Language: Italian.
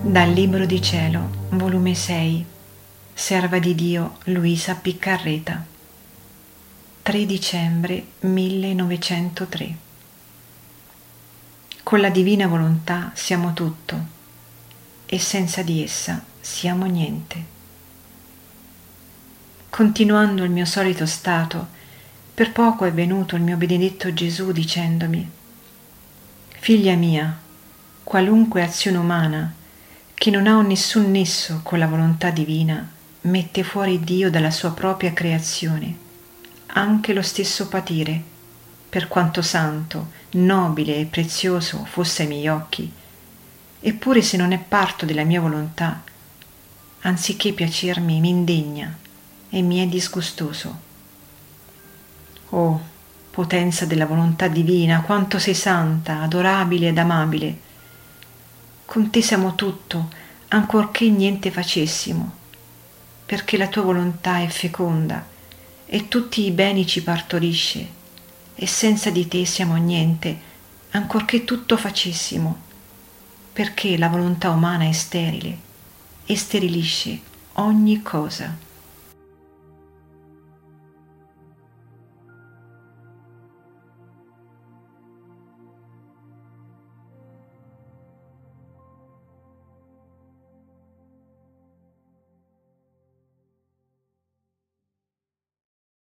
Dal Libro di Cielo, volume 6, Serva di Dio Luisa Piccarreta, 3 dicembre 1903. Con la divina volontà siamo tutto e senza di essa siamo niente. Continuando il mio solito stato, per poco è venuto il mio benedetto Gesù dicendomi: Figlia mia, qualunque azione umana che non ha nessun nesso con la volontà divina mette fuori Dio dalla sua propria creazione. Anche lo stesso patire, per quanto santo, nobile e prezioso fosse ai miei occhi, eppure se non è parto della mia volontà, anziché piacermi mi indegna e mi è disgustoso. Oh, potenza della volontà divina, quanto sei santa, adorabile ed amabile! Con te siamo tutto, ancorché niente facessimo, perché la tua volontà è feconda e tutti i beni ci partorisce, e senza di te siamo niente, ancorché tutto facessimo, perché la volontà umana è sterile e sterilisce ogni cosa.